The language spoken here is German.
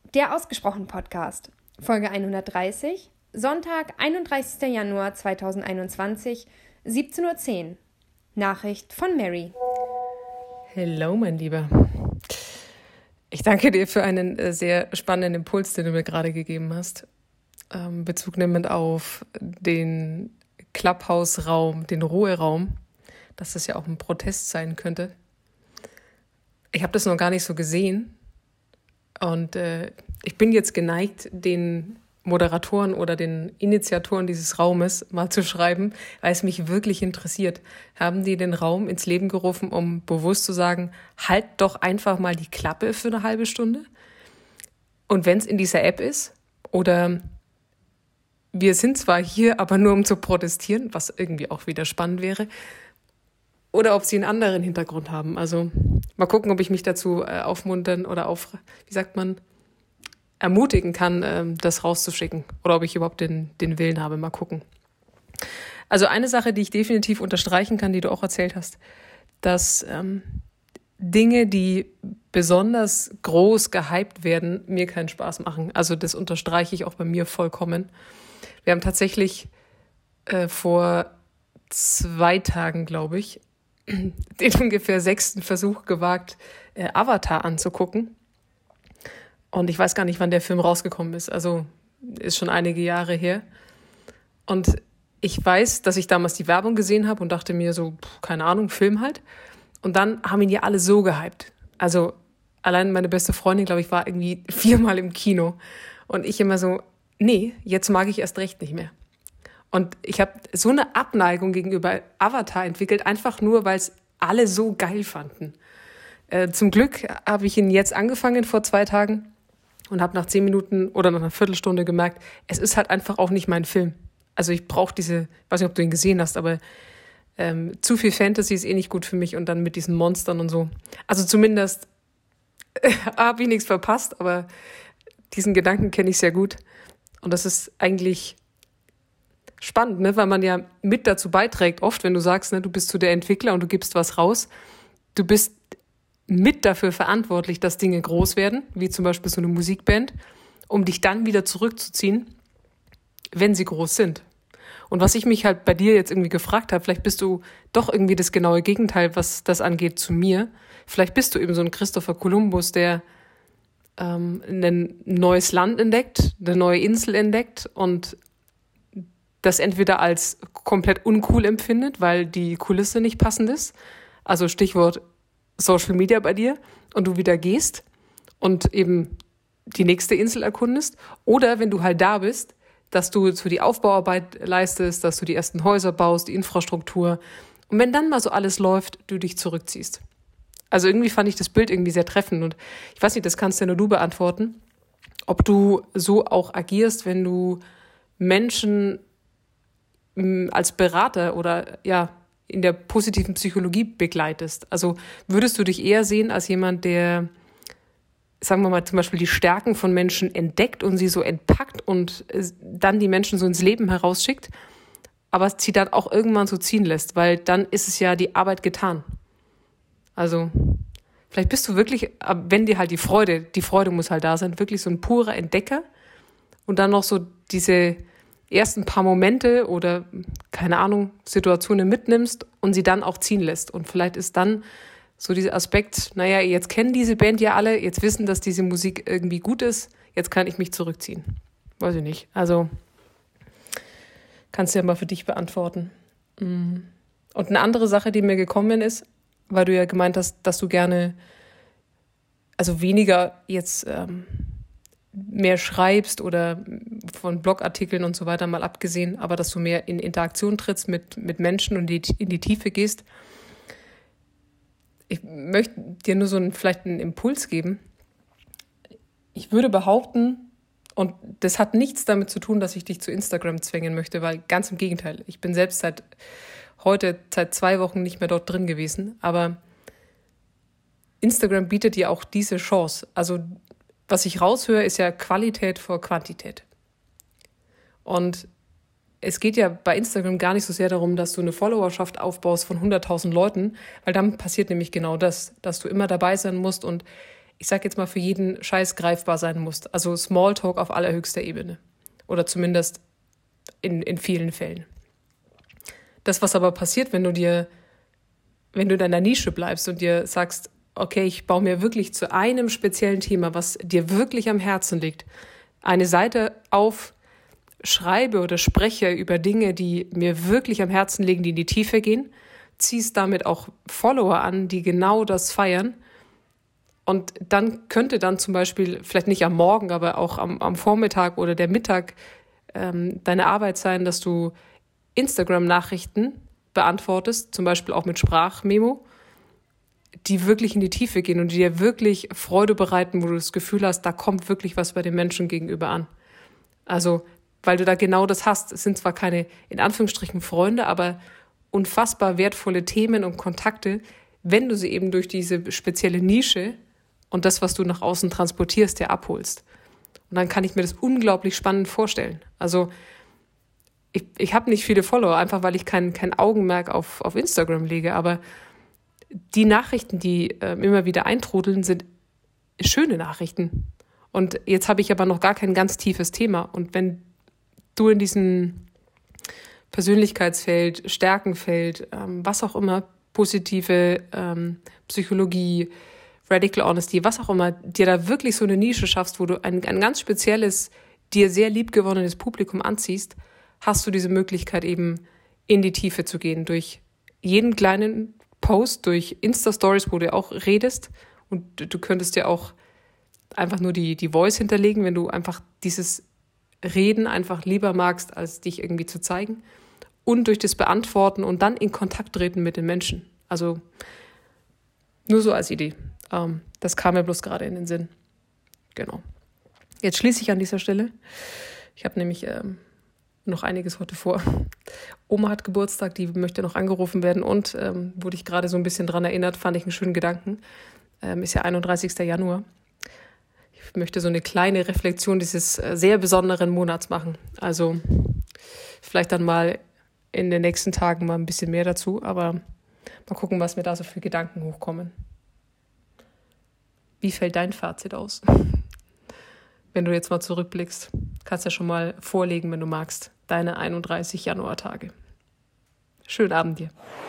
Der Ausgesprochen Podcast, Folge 130, Sonntag, 31. Januar 2021, 17:10 Uhr. Nachricht von Mary. Hallo, mein Lieber. Ich danke dir für einen sehr spannenden Impuls, den du mir gerade gegeben hast. Bezug nehmend auf den Clubhouse-Raum, den Ruheraum, dass das ja auch ein Protest sein könnte. Ich habe das noch gar nicht so gesehen. Und ich bin jetzt geneigt, den Moderatoren oder den Initiatoren dieses Raumes mal zu schreiben, weil es mich wirklich interessiert. Haben die den Raum ins Leben gerufen, um bewusst zu sagen, halt doch einfach mal die Klappe für eine halbe Stunde? Und wenn es in dieser App ist, oder wir sind zwar hier, aber nur um zu protestieren, was irgendwie auch wieder spannend wäre, oder ob sie einen anderen Hintergrund haben. Also mal gucken, ob ich mich dazu aufmuntern oder ermutigen kann, das rauszuschicken. Oder ob ich überhaupt den Willen habe. Mal gucken. Also eine Sache, die ich definitiv unterstreichen kann, die du auch erzählt hast, dass Dinge, die besonders groß gehypt werden, mir keinen Spaß machen. Also das unterstreiche ich auch bei mir vollkommen. Wir haben tatsächlich vor 2 Tagen, glaube ich, den ungefähr 6. Versuch gewagt, Avatar anzugucken. Und ich weiß gar nicht, wann der Film rausgekommen ist. Also ist schon einige Jahre her. Und ich weiß, dass ich damals die Werbung gesehen habe und dachte mir so, keine Ahnung, Film halt. Und dann haben ihn ja alle so gehypt. Also allein meine beste Freundin, glaube ich, war irgendwie 4-mal im Kino. Und ich immer so, nee, jetzt mag ich erst recht nicht mehr. Und ich habe so eine Abneigung gegenüber Avatar entwickelt, einfach nur, weil es alle so geil fanden. Zum Glück habe ich ihn jetzt angefangen vor 2 Tagen und habe nach 10 Minuten oder nach einer Viertelstunde gemerkt, es ist halt einfach auch nicht mein Film. Also ich brauche ich weiß nicht, ob du ihn gesehen hast, aber zu viel Fantasy ist nicht gut für mich und dann mit diesen Monstern und so. Also zumindest habe ich nichts verpasst, aber diesen Gedanken kenne ich sehr gut. Und das ist eigentlich spannend, ne? Weil man ja mit dazu beiträgt, oft, wenn du sagst, ne, du bist so der Entwickler und du gibst was raus, du bist mit dafür verantwortlich, dass Dinge groß werden, wie zum Beispiel so eine Musikband, um dich dann wieder zurückzuziehen, wenn sie groß sind. Und was ich mich halt bei dir jetzt irgendwie gefragt habe, vielleicht bist du doch irgendwie das genaue Gegenteil, was das angeht, zu mir. Vielleicht bist du eben so ein Christopher Columbus, der ein neues Land entdeckt, eine neue Insel entdeckt und das entweder als komplett uncool empfindet, weil die Kulisse nicht passend ist, also Stichwort Social Media bei dir, und du wieder gehst und eben die nächste Insel erkundest, oder wenn du halt da bist, dass du so die Aufbauarbeit leistest, dass du die ersten Häuser baust, die Infrastruktur, und wenn dann mal so alles läuft, du dich zurückziehst. Also irgendwie fand ich das Bild irgendwie sehr treffend und ich weiß nicht, das kannst ja nur du beantworten, ob du so auch agierst, wenn du Menschen als Berater oder ja in der positiven Psychologie begleitest. Also würdest du dich eher sehen als jemand, der, sagen wir mal, zum Beispiel die Stärken von Menschen entdeckt und sie so entpackt und dann die Menschen so ins Leben herausschickt, aber sie dann auch irgendwann so ziehen lässt, weil dann ist es ja die Arbeit getan. Also vielleicht bist du wirklich, wenn dir halt die Freude muss halt da sein, wirklich so ein purer Entdecker und dann noch so diese ersten paar Momente oder, keine Ahnung, Situationen mitnimmst und sie dann auch ziehen lässt. Und vielleicht ist dann so dieser Aspekt, naja, jetzt kennen diese Band ja alle, jetzt wissen, dass diese Musik irgendwie gut ist, jetzt kann ich mich zurückziehen. Weiß ich nicht. Also kannst du ja mal für dich beantworten. Und eine andere Sache, die mir gekommen ist, weil du ja gemeint hast, dass du gerne, also weniger jetzt mehr schreibst oder von Blogartikeln und so weiter mal abgesehen, aber dass du mehr in Interaktion trittst mit Menschen und in die Tiefe gehst. Ich möchte dir nur vielleicht einen Impuls geben. Ich würde behaupten, und das hat nichts damit zu tun, dass ich dich zu Instagram zwängen möchte, weil ganz im Gegenteil, ich bin selbst seit 2 Wochen nicht mehr dort drin gewesen, aber Instagram bietet dir auch diese Chance. Also was ich raushöre, ist ja Qualität vor Quantität. Und es geht ja bei Instagram gar nicht so sehr darum, dass du eine Followerschaft aufbaust von 100.000 Leuten, weil dann passiert nämlich genau das, dass du immer dabei sein musst und ich sage jetzt mal, für jeden Scheiß greifbar sein musst. Also Smalltalk auf allerhöchster Ebene. Oder zumindest in vielen Fällen. Das, was aber passiert, wenn du in deiner Nische bleibst und dir sagst, okay, ich baue mir wirklich zu einem speziellen Thema, was dir wirklich am Herzen liegt, eine Seite auf, schreibe oder spreche über Dinge, die mir wirklich am Herzen liegen, die in die Tiefe gehen, ziehst damit auch Follower an, die genau das feiern. Und dann könnte dann zum Beispiel, vielleicht nicht am Morgen, aber auch am Vormittag oder der Mittag deine Arbeit sein, dass du Instagram-Nachrichten beantwortest, zum Beispiel auch mit Sprachmemo, die wirklich in die Tiefe gehen und die dir wirklich Freude bereiten, wo du das Gefühl hast, da kommt wirklich was bei den Menschen gegenüber an. Also, weil du da genau das hast. Es sind zwar keine, in Anführungsstrichen, Freunde, aber unfassbar wertvolle Themen und Kontakte, wenn du sie eben durch diese spezielle Nische und das, was du nach außen transportierst, dir abholst. Und dann kann ich mir das unglaublich spannend vorstellen. Also ich habe nicht viele Follower, einfach weil ich kein Augenmerk auf Instagram lege, aber die Nachrichten, die immer wieder eintrudeln, sind schöne Nachrichten. Und jetzt habe ich aber noch gar kein ganz tiefes Thema. Und wenn du in diesem Persönlichkeitsfeld, Stärkenfeld, was auch immer, positive Psychologie, Radical Honesty, was auch immer, dir da wirklich so eine Nische schaffst, wo du ein ganz spezielles, dir sehr liebgewonnenes Publikum anziehst, hast du diese Möglichkeit eben in die Tiefe zu gehen durch jeden kleinen Post, durch Insta-Stories, wo du auch redest, und du könntest ja auch einfach nur die Voice hinterlegen, wenn du einfach dieses Reden einfach lieber magst, als dich irgendwie zu zeigen, und durch das Beantworten und dann in Kontakt treten mit den Menschen. Also nur so als Idee. Das kam mir bloß gerade in den Sinn. Genau. Jetzt schließe ich an dieser Stelle. Ich habe nämlich noch einiges heute vor. Oma hat Geburtstag, die möchte noch angerufen werden, und wurde ich gerade so ein bisschen dran erinnert, fand ich einen schönen Gedanken. Ist ja 31. Januar. Ich möchte so eine kleine Reflexion dieses sehr besonderen Monats machen. Also vielleicht dann mal in den nächsten Tagen mal ein bisschen mehr dazu, aber mal gucken, was mir da so für Gedanken hochkommen. Wie fällt dein Fazit aus? Wenn du jetzt mal zurückblickst, kannst ja schon mal vorlegen, wenn du magst, deine 31 Januartage. Schönen Abend dir.